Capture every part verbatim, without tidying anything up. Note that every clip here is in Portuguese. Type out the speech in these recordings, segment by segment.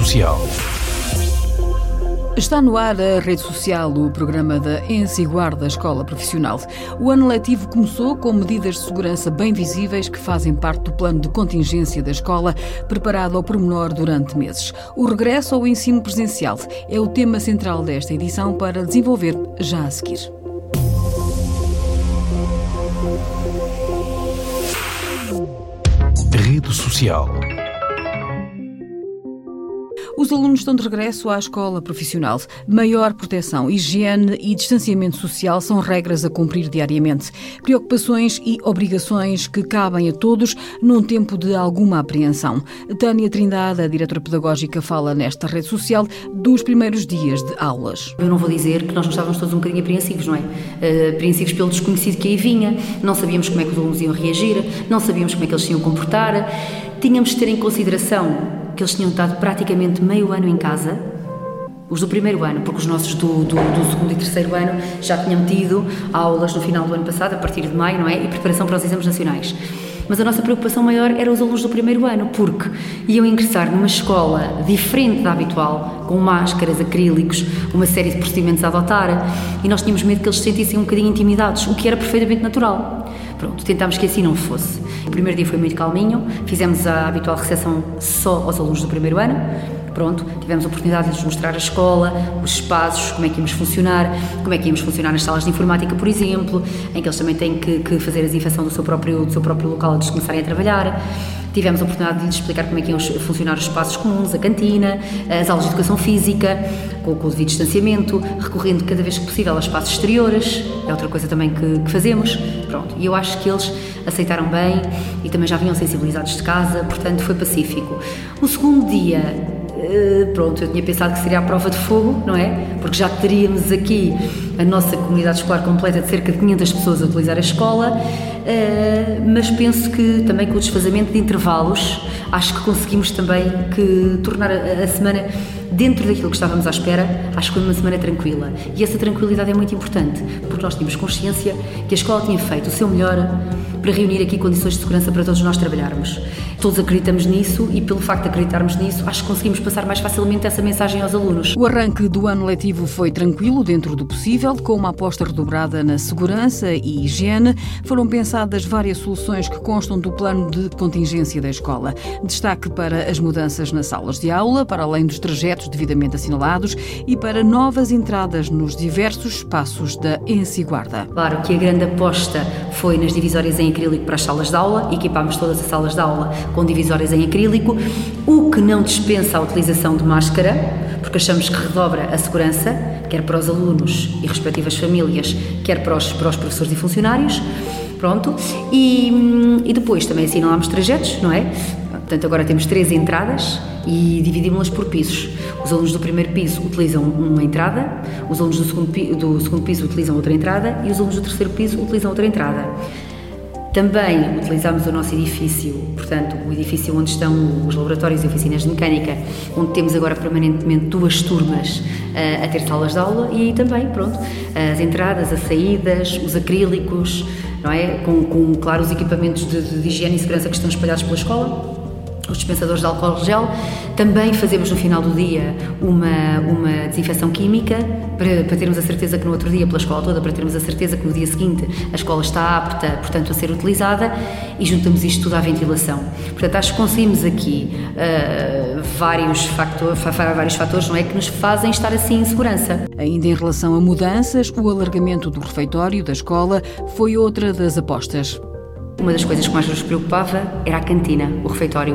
Social. Está no ar a Rede Social, o programa da Ensiguarda Escola Profissional. O ano letivo começou com medidas de segurança bem visíveis que fazem parte do plano de contingência da escola, preparado ao pormenor durante meses. O regresso ao ensino presencial é o tema central desta edição, para desenvolver já a seguir. Rede Social. Os alunos estão de regresso à escola profissional. Maior proteção, higiene e distanciamento social são regras a cumprir diariamente. Preocupações e obrigações que cabem a todos num tempo de alguma apreensão. Tânia Trindade, a diretora pedagógica, fala nesta rede social dos primeiros dias de aulas. Eu não vou dizer que nós não estávamos todos um bocadinho apreensivos, não é? Uh, apreensivos pelo desconhecido que aí vinha, não sabíamos como é que os alunos iam reagir, não sabíamos como é que eles se iam comportar. Tínhamos de ter em consideração que eles tinham estado praticamente meio ano em casa, os do primeiro ano, porque os nossos do, do, do segundo e terceiro ano já tinham tido aulas no final do ano passado, a partir de maio, não é? E preparação para os exames nacionais. Mas a nossa preocupação maior era os alunos do primeiro ano, porque iam ingressar numa escola diferente da habitual, com máscaras, acrílicos, uma série de procedimentos a adotar, e nós tínhamos medo que eles se sentissem um bocadinho intimidados, o que era perfeitamente natural. Pronto, tentámos que assim não fosse. O primeiro dia foi muito calminho, fizemos a habitual recepção só aos alunos do primeiro ano. Pronto, tivemos a oportunidade de lhes mostrar a escola, os espaços, como é que íamos funcionar, como é que íamos funcionar nas salas de informática, por exemplo, em que eles também têm que, que fazer a desinfecção do seu próprio, do seu próprio local antes de começarem a trabalhar. Tivemos a oportunidade de lhes explicar como é que iam funcionar os espaços comuns, a cantina, as aulas de educação física, com, com o devido distanciamento, recorrendo cada vez que possível a espaços exteriores, é outra coisa também que, que fazemos. Pronto, e eu acho que eles aceitaram bem e também já vinham sensibilizados de casa, portanto foi pacífico. O segundo dia, pronto, eu tinha pensado que seria a prova de fogo, não é? Porque já teríamos aqui a nossa comunidade escolar completa de cerca de quinhentas pessoas a utilizar a escola, mas penso que também com o desfazamento de intervalos, acho que conseguimos também que tornar a, a semana dentro daquilo que estávamos à espera. Acho que foi uma semana tranquila, e essa tranquilidade é muito importante, porque nós tínhamos consciência que a escola tinha feito o seu melhor para reunir aqui condições de segurança para todos nós trabalharmos. Todos acreditamos nisso, e pelo facto de acreditarmos nisso, acho que conseguimos passar mais facilmente essa mensagem aos alunos. O arranque do ano letivo foi tranquilo dentro do possível, com uma aposta redobrada na segurança e higiene. Foram pensadas várias soluções que constam do plano de contingência da escola. Destaque para as mudanças nas salas de aula, para além dos trajetos devidamente assinalados, e para novas entradas nos diversos espaços da Ensiguarda. Claro que a grande aposta foi nas divisórias em acrílico para as salas de aula. Equipámos todas as salas de aula com divisórias em acrílico, o que não dispensa a utilização de máscara, porque achamos que redobra a segurança, quer para os alunos e respectivas famílias, quer para os, para os professores e funcionários. Pronto, e, e depois também assinalámos trajetos, não é? Portanto, agora temos três entradas e dividimos-las por pisos. Os alunos do primeiro piso utilizam uma entrada, os alunos do segundo, do segundo piso utilizam outra entrada e os alunos do terceiro piso utilizam outra entrada. Também utilizamos o nosso edifício, portanto, o edifício onde estão os laboratórios e oficinas de mecânica, onde temos agora permanentemente duas turmas uh, a ter salas de aula, e aí também, pronto, as entradas, as saídas, os acrílicos, não é? Com, com claro, os equipamentos de, de higiene e segurança que estão espalhados pela escola, os dispensadores de álcool gel. Também fazemos no final do dia uma, uma desinfecção química para, para termos a certeza que no outro dia, pela escola toda, para termos a certeza que no dia seguinte a escola está apta, portanto, a ser utilizada, e juntamos isto tudo à ventilação. Portanto, acho que conseguimos aqui uh, vários, factor, vários fatores, não é, que nos fazem estar assim em segurança. Ainda em relação a mudanças, o alargamento do refeitório da escola foi outra das apostas. Uma das coisas que mais nos preocupava era a cantina, o refeitório.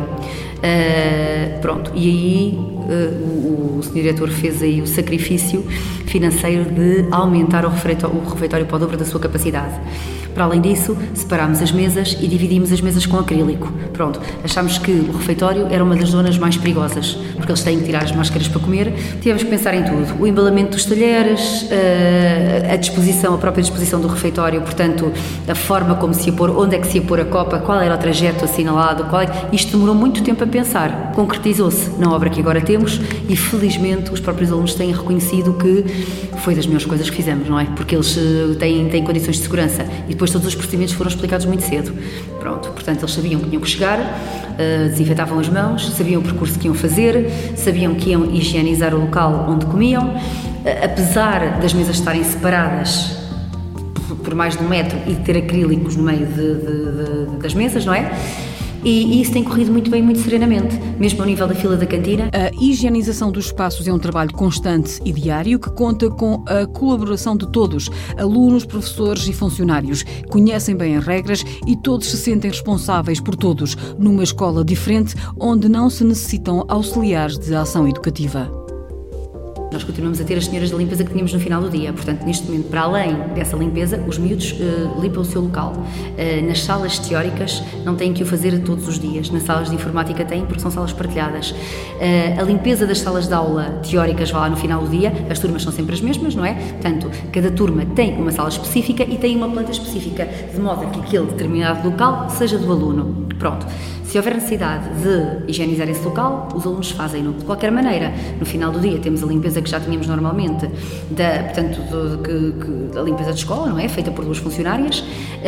Uh, pronto, e aí uh, o, o senhor diretor fez aí o sacrifício financeiro de aumentar o refeitório, o refeitório para o dobro da sua capacidade. Para além disso, separámos as mesas e dividimos as mesas com acrílico. Pronto, achámos que o refeitório era uma das zonas mais perigosas, porque eles têm que tirar as máscaras para comer. Tivemos que pensar em tudo: o embalamento dos talheres, a disposição, a própria disposição do refeitório, portanto, a forma como se ia pôr, onde é que se ia pôr a copa, qual era o trajeto assinalado, qual é... Isto demorou muito tempo a pensar. Concretizou-se na obra que agora temos. temos e felizmente os próprios alunos têm reconhecido que foi das melhores coisas que fizemos, não é? Porque eles têm, têm condições de segurança e depois todos os procedimentos foram explicados muito cedo. Pronto, portanto eles sabiam que tinham que chegar, uh, desinfetavam as mãos, sabiam o percurso que iam fazer, sabiam que iam higienizar o local onde comiam, uh, apesar das mesas estarem separadas por mais de um metro e de ter acrílicos no meio de, de, de, das mesas, não é? E, e isso tem corrido muito bem, muito serenamente, mesmo ao nível da fila da cantina. A higienização dos espaços é um trabalho constante e diário que conta com a colaboração de todos, alunos, professores e funcionários. Conhecem bem as regras e todos se sentem responsáveis por todos, numa escola diferente onde não se necessitam auxiliares de ação educativa. Nós continuamos a ter as senhoras de limpeza que tínhamos no final do dia. Portanto, neste momento, para além dessa limpeza, os miúdos uh, limpam o seu local. Uh, nas salas teóricas não têm que o fazer todos os dias. Nas salas de informática têm, porque são salas partilhadas. Uh, a limpeza das salas de aula teóricas vai lá no final do dia. As turmas são sempre as mesmas, não é? Portanto, cada turma tem uma sala específica e tem uma planta específica, de modo que aquele determinado local seja do aluno. Pronto. Se houver necessidade de higienizar esse local, os alunos fazem-no. De qualquer maneira, no final do dia temos a limpeza que já tínhamos normalmente, da, portanto, do, que, que, a limpeza de escola, não é? Feita por duas funcionárias,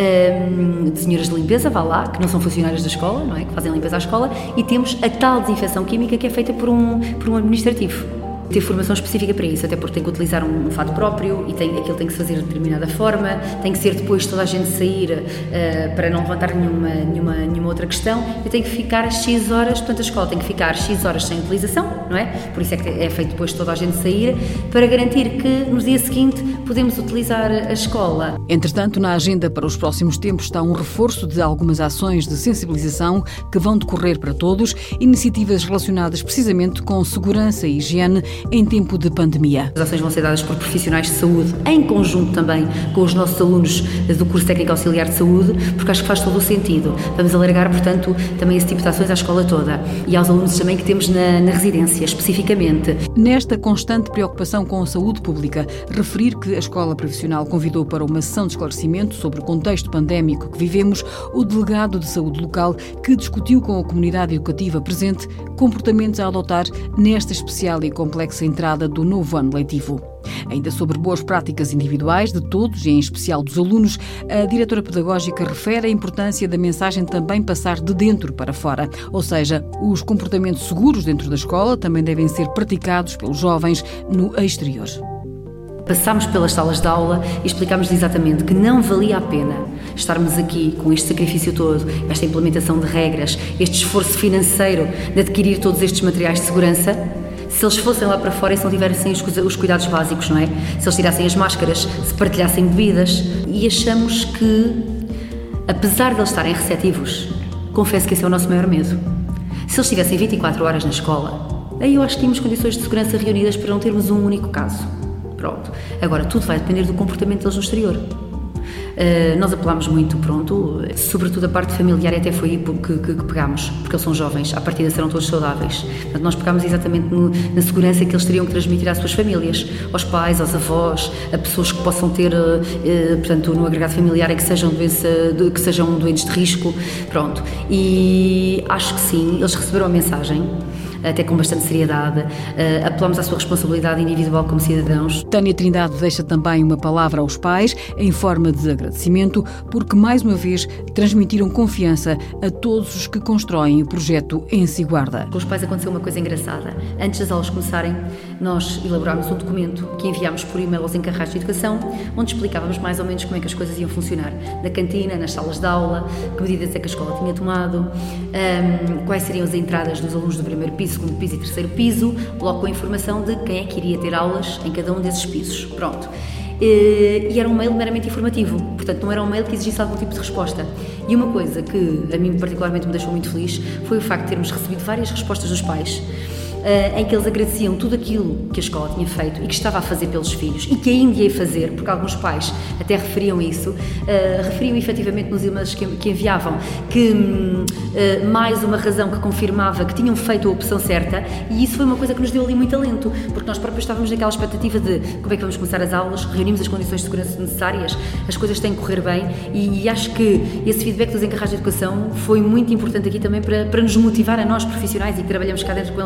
um, de senhoras de limpeza, vá lá, que não são funcionárias da escola, não é? Que fazem a limpeza à escola, e temos a tal desinfecção química que é feita por um, por um administrativo. Ter formação específica para isso, até porque tem que utilizar um, um fato próprio e tem, aquilo tem que se fazer de determinada forma, tem que ser depois toda a gente sair uh, para não levantar nenhuma, nenhuma, nenhuma outra questão e tem que ficar X horas, portanto a escola tem que ficar X horas sem utilização, não é? Por isso é que é feito depois toda a gente sair, para garantir que no dia seguinte podemos utilizar a escola. Entretanto, na agenda para os próximos tempos está um reforço de algumas ações de sensibilização que vão decorrer para todos, iniciativas relacionadas precisamente com segurança e higiene em tempo de pandemia. As ações vão ser dadas por profissionais de saúde, em conjunto também com os nossos alunos do curso técnico auxiliar de saúde, porque acho que faz todo o sentido. Vamos alargar, portanto, também esse tipo de ações à escola toda e aos alunos também que temos na, na residência, especificamente. Nesta constante preocupação com a saúde pública, referir que a Escola Profissional convidou para uma sessão de esclarecimento sobre o contexto pandémico que vivemos o delegado de saúde local, que discutiu com a comunidade educativa presente comportamentos a adotar nesta especial e complexa entrada do novo ano letivo. Ainda sobre boas práticas individuais de todos e em especial dos alunos, a diretora pedagógica refere a importância da mensagem também passar de dentro para fora, ou seja, os comportamentos seguros dentro da escola também devem ser praticados pelos jovens no exterior. Passámos pelas salas de aula e explicámos exatamente que não valia a pena estarmos aqui com este sacrifício todo, esta implementação de regras, este esforço financeiro de adquirir todos estes materiais de segurança, se eles fossem lá para fora e se não tivessem os cuidados básicos, não é? Se eles tirassem as máscaras, se partilhassem bebidas. E achamos que, apesar de eles estarem receptivos, confesso que esse é o nosso maior medo. Se eles estivessem vinte e quatro horas na escola, aí eu acho que tínhamos condições de segurança reunidas para não termos um único caso. Pronto. Agora, tudo vai depender do comportamento deles no exterior. Uh, nós apelámos muito, pronto, sobretudo a parte familiar, até foi aí que, que, que pegámos, porque eles são jovens, à partida serão todos saudáveis. Portanto, nós pegámos exatamente no, na segurança que eles teriam que transmitir às suas famílias, aos pais, aos avós, a pessoas que possam ter, uh, uh, portanto, no agregado familiar, que sejam, doença, que sejam doentes de risco, pronto. E acho que sim, eles receberam a mensagem, até com bastante seriedade, uh, apelamos à sua responsabilidade individual como cidadãos. Tânia Trindade deixa também uma palavra aos pais em forma de agradecimento, porque mais uma vez transmitiram confiança a todos os que constroem o projeto Ense e Guarda. Com os pais aconteceu uma coisa engraçada. Antes das aulas começarem, nós elaborámos um documento que enviámos por e-mail aos encarregados de educação, onde explicávamos mais ou menos como é que as coisas iam funcionar. Na cantina, nas salas de aula, que medidas é que a escola tinha tomado, um, quais seriam as entradas dos alunos do primeiro piso, segundo piso e terceiro piso, logo com a informação de quem é que iria ter aulas em cada um desses pisos. Pronto. E era um mail meramente informativo, portanto não era um mail que exigisse algum tipo de resposta. E uma coisa que a mim particularmente me deixou muito feliz foi o facto de termos recebido várias respostas dos pais, em que eles agradeciam tudo aquilo que a escola tinha feito e que estava a fazer pelos filhos e que ainda ia fazer, porque alguns pais até referiam isso, uh, referiam efetivamente nos e-mails que, que enviavam que uh, mais uma razão que confirmava que tinham feito a opção certa, e isso foi uma coisa que nos deu ali muito alento, porque nós próprios estávamos naquela expectativa de como é que vamos começar as aulas, reunimos as condições de segurança necessárias, as coisas têm que correr bem, e, e acho que esse feedback dos encarregados de educação foi muito importante aqui também para, para nos motivar a nós profissionais e que trabalhamos cá dentro com eles todos os dias,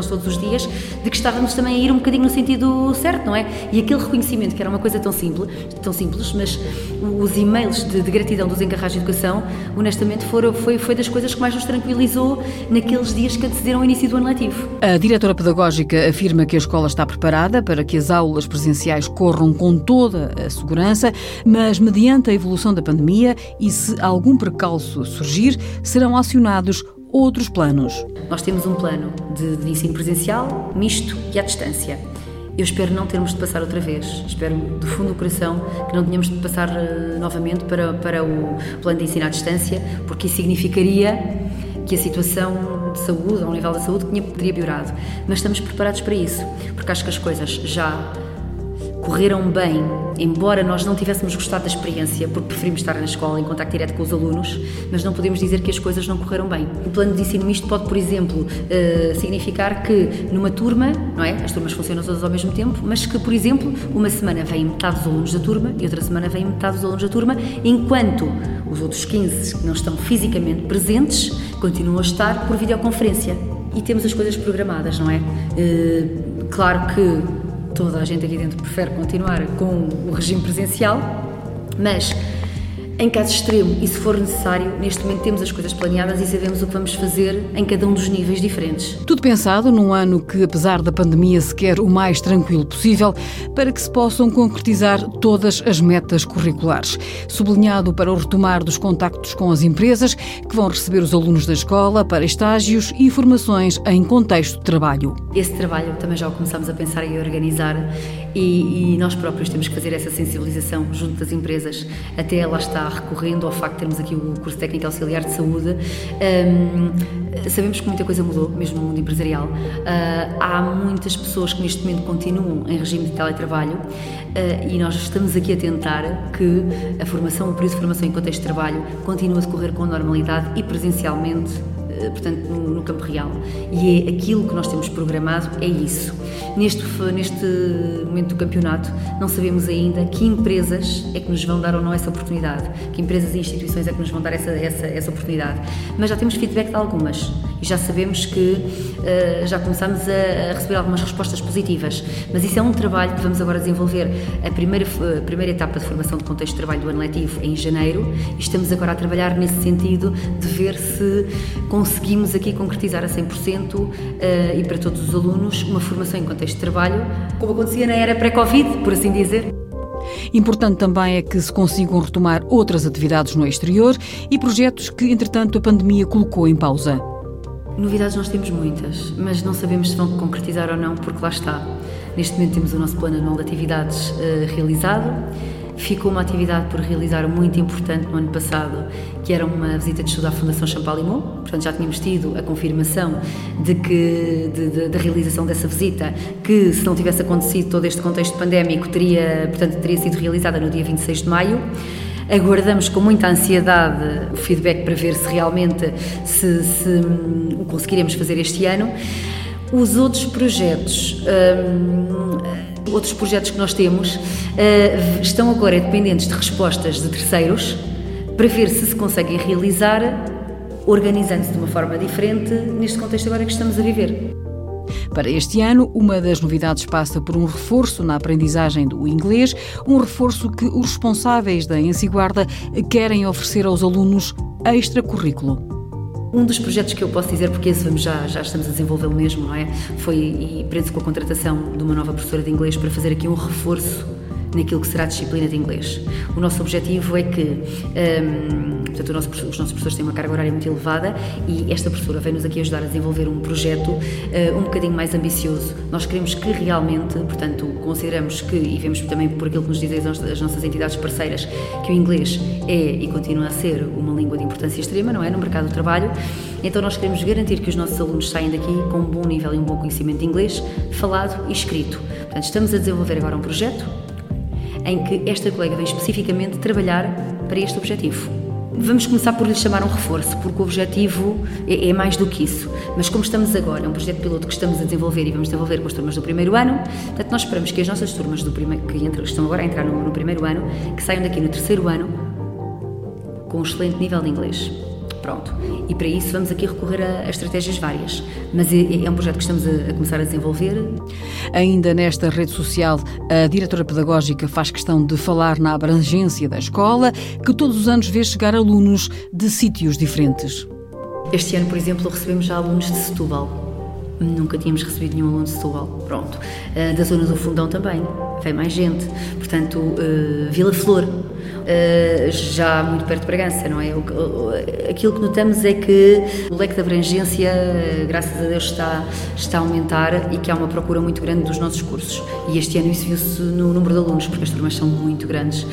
dias, de que estávamos também a ir um bocadinho no sentido certo, não é? E aquele reconhecimento, que era uma coisa tão simples, tão simples mas os e-mails de, de gratidão dos encarregados de educação, honestamente, foram, foi, foi das coisas que mais nos tranquilizou naqueles dias que antecederam o início do ano letivo. A diretora pedagógica afirma que a escola está preparada para que as aulas presenciais corram com toda a segurança, mas mediante a evolução da pandemia e se algum precalço surgir, serão acionados outros planos. Nós temos um plano de, de ensino presencial, misto e à distância. Eu espero não termos de passar outra vez, espero do fundo do coração que não tenhamos de passar uh, novamente para, para o plano de ensino à distância, porque isso significaria que a situação de saúde, ao nível da saúde, tinha, teria piorado. Mas estamos preparados para isso, porque acho que as coisas já correram bem, embora nós não tivéssemos gostado da experiência, porque preferimos estar na escola em contacto direto com os alunos, mas não podemos dizer que as coisas não correram bem. O plano de ensino misto pode, por exemplo, uh, significar que numa turma, não é? As turmas funcionam todas ao mesmo tempo, mas que, por exemplo, uma semana vêm metade dos alunos da turma e outra semana vêm metade dos alunos da turma, enquanto os outros quinze que não estão fisicamente presentes continuam a estar por videoconferência. E temos as coisas programadas, não é? Uh, claro que toda a gente aqui dentro prefere continuar com o regime presencial, mas em caso extremo e se for necessário, neste momento temos as coisas planeadas e sabemos o que vamos fazer em cada um dos níveis diferentes. Tudo pensado num ano que, apesar da pandemia, se quer o mais tranquilo possível para que se possam concretizar todas as metas curriculares. Sublinhado para o retomar dos contactos com as empresas que vão receber os alunos da escola para estágios e formações em contexto de trabalho. Esse trabalho também já o começamos a pensar e a organizar e, e nós próprios temos que fazer essa sensibilização junto das empresas, até lá está recorrendo ao facto de termos aqui o curso técnico auxiliar de saúde. Um, sabemos que muita coisa mudou, mesmo no mundo empresarial. Uh, há muitas pessoas que neste momento continuam em regime de teletrabalho uh, e nós estamos aqui a tentar que a formação, o período de formação em contexto de trabalho continue a decorrer com normalidade e presencialmente, portanto, no, no campo real. E é aquilo que nós temos programado, é isso. Neste, neste momento do campeonato, não sabemos ainda que empresas é que nos vão dar ou não essa oportunidade, que empresas e instituições é que nos vão dar essa, essa, essa oportunidade. Mas já temos feedback de algumas e já sabemos que uh, já começamos a, a receber algumas respostas positivas. Mas isso é um trabalho que vamos agora desenvolver. A primeira, a primeira etapa de formação de contexto de trabalho do ano letivo é em janeiro e estamos agora a trabalhar nesse sentido de ver se conseguimos aqui concretizar a cem por cento uh, e para todos os alunos uma formação em contexto de trabalho, como acontecia na era pré-Covid, por assim dizer. Importante também é que se consigam retomar outras atividades no exterior e projetos que, entretanto, a pandemia colocou em pausa. Novidades nós temos muitas, mas não sabemos se vão concretizar ou não, porque lá está. Neste momento temos o nosso plano anual de atividades uh, realizado. Ficou uma atividade por realizar muito importante no ano passado, que era uma visita de estudo à Fundação Champalimau. Portanto, já tínhamos tido a confirmação de que, de, de, da realização dessa visita, que se não tivesse acontecido todo este contexto pandémico, teria, portanto, teria sido realizada no dia vinte e seis de maio. Aguardamos com muita ansiedade o feedback para ver se realmente se, se o conseguiremos fazer este ano. Os outros projetos... Hum, Outros projetos que nós temos uh, estão agora dependentes de respostas de terceiros para ver se se conseguem realizar organizando-se de uma forma diferente neste contexto agora que estamos a viver. Para este ano, uma das novidades passa por um reforço na aprendizagem do inglês, um reforço que os responsáveis da Ensiguarda querem oferecer aos alunos extracurrículo. Um dos projetos que eu posso dizer, porque esse vamos já, já estamos a desenvolvê-lo mesmo, não é? Foi, e prende-se com a contratação de uma nova professora de inglês para fazer aqui um reforço naquilo que será a disciplina de inglês. O nosso objetivo é que, um, portanto, o nosso, os nossos professores têm uma carga horária muito elevada e esta professora vem-nos aqui ajudar a desenvolver um projeto uh, um bocadinho mais ambicioso. Nós queremos que realmente, portanto, consideramos que, e vemos também por aquilo que nos dizem as, as nossas entidades parceiras, que o inglês é e continua a ser uma língua de importância extrema, não é? No mercado do trabalho. Então nós queremos garantir que os nossos alunos saem daqui com um bom nível e um bom conhecimento de inglês, falado e escrito. Portanto, estamos a desenvolver agora um projeto em que esta colega vem especificamente trabalhar para este objetivo. Vamos começar por lhe chamar um reforço, porque o objetivo é, é mais do que isso. Mas como estamos agora, é um projeto piloto que estamos a desenvolver e vamos desenvolver com as turmas do primeiro ano, portanto nós esperamos que as nossas turmas do primeiro, que entram, estão agora a entrar no, no primeiro ano, que saiam daqui no terceiro ano com um excelente nível de inglês. Pronto. E para isso vamos aqui recorrer a, a estratégias várias. Mas é, é um projeto que estamos a, a começar a desenvolver. Ainda nesta rede social, a diretora pedagógica faz questão de falar na abrangência da escola, que todos os anos vê chegar alunos de sítios diferentes. Este ano, por exemplo, recebemos já alunos de Setúbal. Nunca tínhamos recebido nenhum aluno de Setúbal. Pronto. Da zona do Fundão também. Vem mais gente. Portanto, uh, Vila Flor. Uh, já muito perto de Bragança, não é? O, o, aquilo que notamos é que o leque de abrangência, graças a Deus, está, está a aumentar e que há uma procura muito grande dos nossos cursos. E este ano isso viu-se no número de alunos, porque as turmas são muito grandes.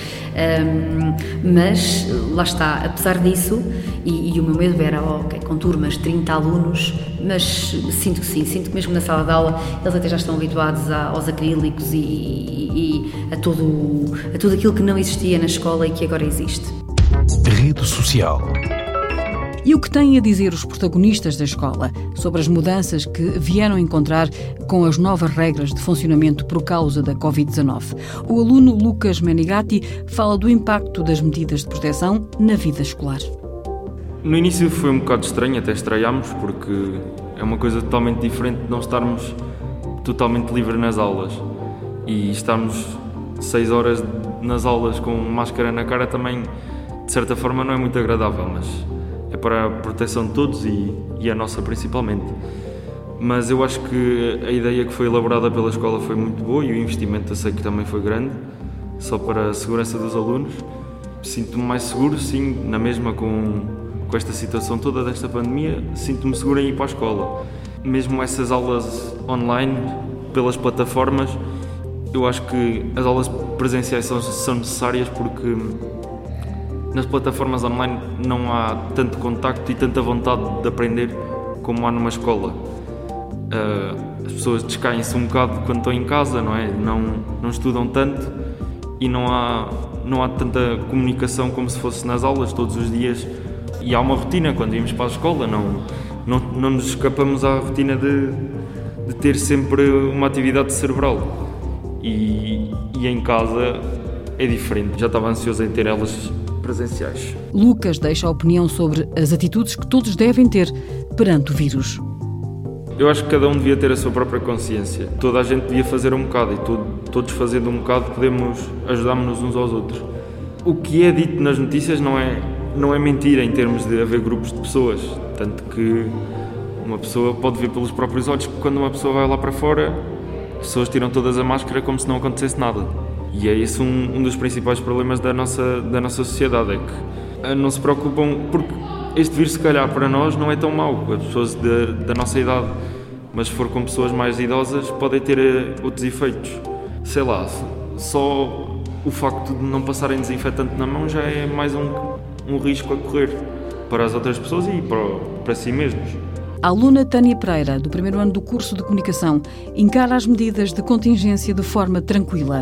Um, mas, lá está, apesar disso, e, e o meu medo era, oh, ok, com turmas de trinta alunos, mas sinto que sim, sinto que mesmo na sala de aula eles até já estão habituados a, aos acrílicos e, e, e a, todo, a tudo aquilo que não existia na escola e que agora existe. Rede Social. E o que têm a dizer os protagonistas da escola sobre as mudanças que vieram encontrar com as novas regras de funcionamento por causa da covid dezanove? O aluno Lucas Menigatti fala do impacto das medidas de proteção na vida escolar. No início foi um bocado estranho, até estranhámos, porque é uma coisa totalmente diferente de não estarmos totalmente livres nas aulas. E estarmos seis horas nas aulas com máscara na cara também, de certa forma, não é muito agradável, mas é para a proteção de todos e, e a nossa principalmente. Mas eu acho que a ideia que foi elaborada pela escola foi muito boa e o investimento eu sei que também foi grande, só para a segurança dos alunos. Sinto-me mais seguro, sim, na mesma com, com esta situação toda desta pandemia, sinto-me seguro em ir para a escola. Mesmo essas aulas online, pelas plataformas, eu acho que as aulas presenciais são, são necessárias porque nas plataformas online não há tanto contacto e tanta vontade de aprender como há numa escola. Uh, as pessoas descaem-se um bocado quando estão em casa, não é? Não, não estudam tanto e não há, não há tanta comunicação como se fosse nas aulas todos os dias. E há uma rotina quando íamos para a escola, não, não, não nos escapamos à rotina de, de ter sempre uma atividade cerebral. E, e em casa é diferente, já estava ansioso em ter elas presenciais. Lucas deixa a opinião sobre as atitudes que todos devem ter perante o vírus. Eu acho que cada um devia ter a sua própria consciência. Toda a gente devia fazer um bocado e todo, todos fazendo um bocado podemos ajudar-nos uns aos outros. O que é dito nas notícias não é, não é mentira em termos de haver grupos de pessoas, tanto que uma pessoa pode ver pelos próprios olhos que quando uma pessoa vai lá para fora, as pessoas tiram todas a máscara como se não acontecesse nada. E é esse um, um dos principais problemas da nossa, da nossa sociedade, é que não se preocupam, porque este vírus se calhar para nós não é tão mau, as pessoas de, da nossa idade, mas se for com pessoas mais idosas podem ter uh, outros efeitos. Sei lá, só o facto de não passarem desinfetante na mão já é mais um, um risco a correr para as outras pessoas e para, para si mesmos. A aluna Tânia Pereira, do primeiro ano do curso de Comunicação, encara as medidas de contingência de forma tranquila.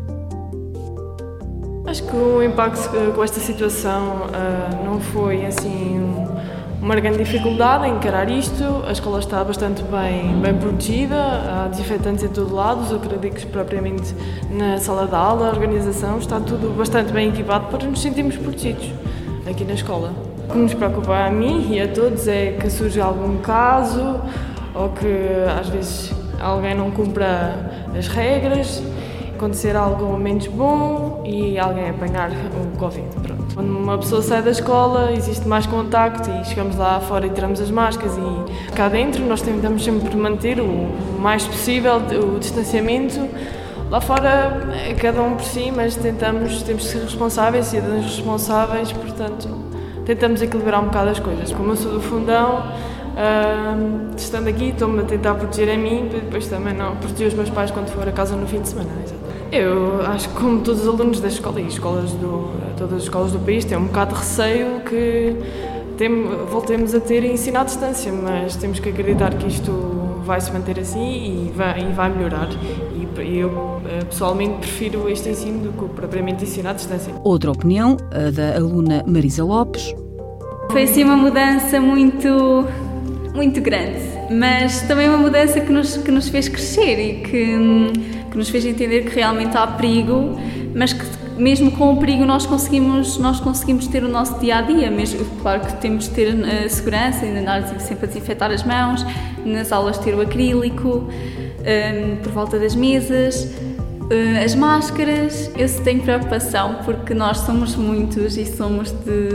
Acho que o impacto com esta situação uh, não foi assim uma grande dificuldade em encarar isto. A escola está bastante bem, bem protegida, há desinfetantes em todo lado, os acrílicos propriamente na sala de aula, a organização, está tudo bastante bem equipado para nos sentirmos protegidos aqui na escola. O que nos preocupa a mim e a todos é que surja algum caso ou que às vezes alguém não cumpra as regras, acontecer algo menos bom e alguém apanhar o Covid. Pronto. Quando uma pessoa sai da escola existe mais contacto e chegamos lá fora e tiramos as máscaras e cá dentro nós tentamos sempre manter o mais possível o distanciamento. Lá fora é cada um por si, mas tentamos, temos que ser responsáveis, cidadãos responsáveis, portanto tentamos equilibrar um bocado as coisas. Como eu sou do Fundão, uh, estando aqui estou-me a tentar proteger a mim, depois também não proteger os meus pais quando for a casa no fim de semana. Eu acho que como todos os alunos da escola e escolas do, todas as escolas do país têm um bocado de receio que tem, voltemos a ter ensino à distância, mas temos que acreditar que isto vai se manter assim e vai, e vai melhorar. E eu pessoalmente prefiro este ensino do que propriamente ensino à distância. Outra opinião, a da aluna Marisa Lopes. Foi assim uma mudança muito, muito grande, mas também uma mudança que nos, que nos fez crescer e que, que nos fez entender que realmente há perigo, mas que mesmo com o perigo nós conseguimos, nós conseguimos ter o nosso dia-a-dia, mesmo, claro que temos de ter a segurança, andar sempre a desinfetar as mãos, nas aulas ter o acrílico, um, por volta das mesas, uh, as máscaras. Eu tenho preocupação porque nós somos muitos e somos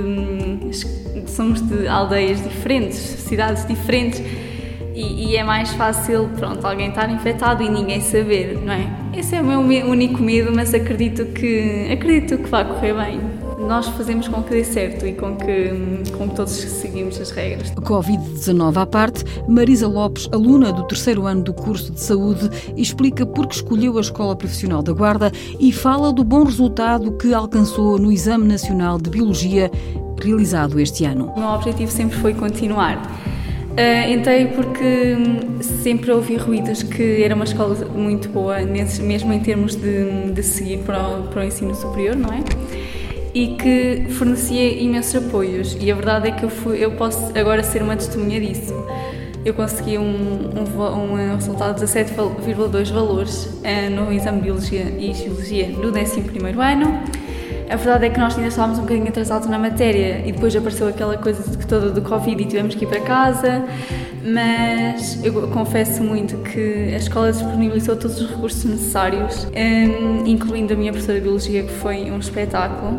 de, somos de aldeias diferentes, cidades diferentes, E, e é mais fácil, pronto, alguém estar infectado e ninguém saber, não é? Esse é o meu único medo, mas acredito que, acredito que vai correr bem. Nós fazemos com que dê certo e com que, com que todos seguimos as regras. covid dezanove à parte, Marisa Lopes, aluna do terceiro ano do curso de Saúde, explica por que escolheu a Escola Profissional da Guarda e fala do bom resultado que alcançou no Exame Nacional de Biologia realizado este ano. O meu objetivo sempre foi continuar. Uh, entrei porque sempre ouvi ruídos que era uma escola muito boa, mesmo em termos de, de seguir para o, para o ensino superior, não é? E que fornecia imensos apoios. E a verdade é que eu, fui, eu posso agora ser uma testemunha disso. Eu consegui um, um, um resultado de dezassete vírgula dois valores uh, no exame de Biologia e Geologia no décimo primeiro ano. A verdade é que nós ainda estávamos um bocadinho atrasados na matéria e depois apareceu aquela coisa toda do Covid e tivemos que ir para casa, mas eu confesso muito que a escola disponibilizou todos os recursos necessários, incluindo a minha professora de Biologia, que foi um espetáculo.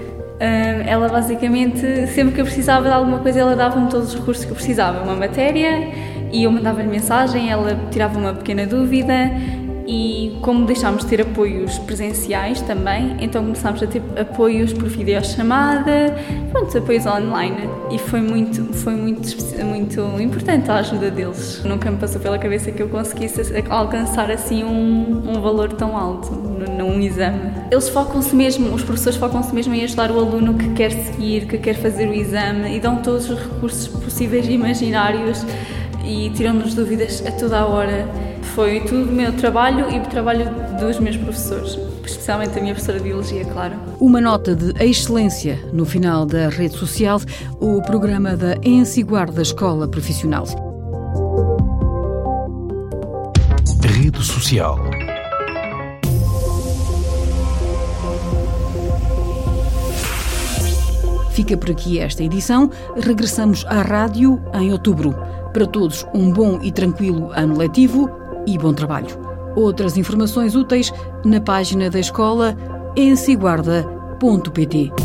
Ela basicamente, sempre que eu precisava de alguma coisa, ela dava-me todos os recursos que eu precisava, uma matéria, e eu mandava-lhe mensagem, ela tirava uma pequena dúvida. E como deixámos de ter apoios presenciais também, então começámos a ter apoios por videochamada, pronto, apoios online. E foi muito, foi muito, muito importante a ajuda deles. Nunca me passou pela cabeça que eu conseguisse alcançar assim um, um valor tão alto num exame. Eles focam-se mesmo, os professores focam-se mesmo em ajudar o aluno que quer seguir, que quer fazer o exame, e dão todos os recursos possíveis e imaginários e tiram-nos dúvidas a toda a hora. Foi tudo o meu trabalho e o trabalho dos meus professores, especialmente a minha professora de Biologia, claro. Uma nota de excelência no final da rede social, o programa da Ensiguarda Escola Profissional. Rede social. Fica por aqui esta edição. Regressamos à rádio em outubro. Para todos, um bom e tranquilo ano letivo e bom trabalho. Outras informações úteis na página da escola ensiguarda ponto pt.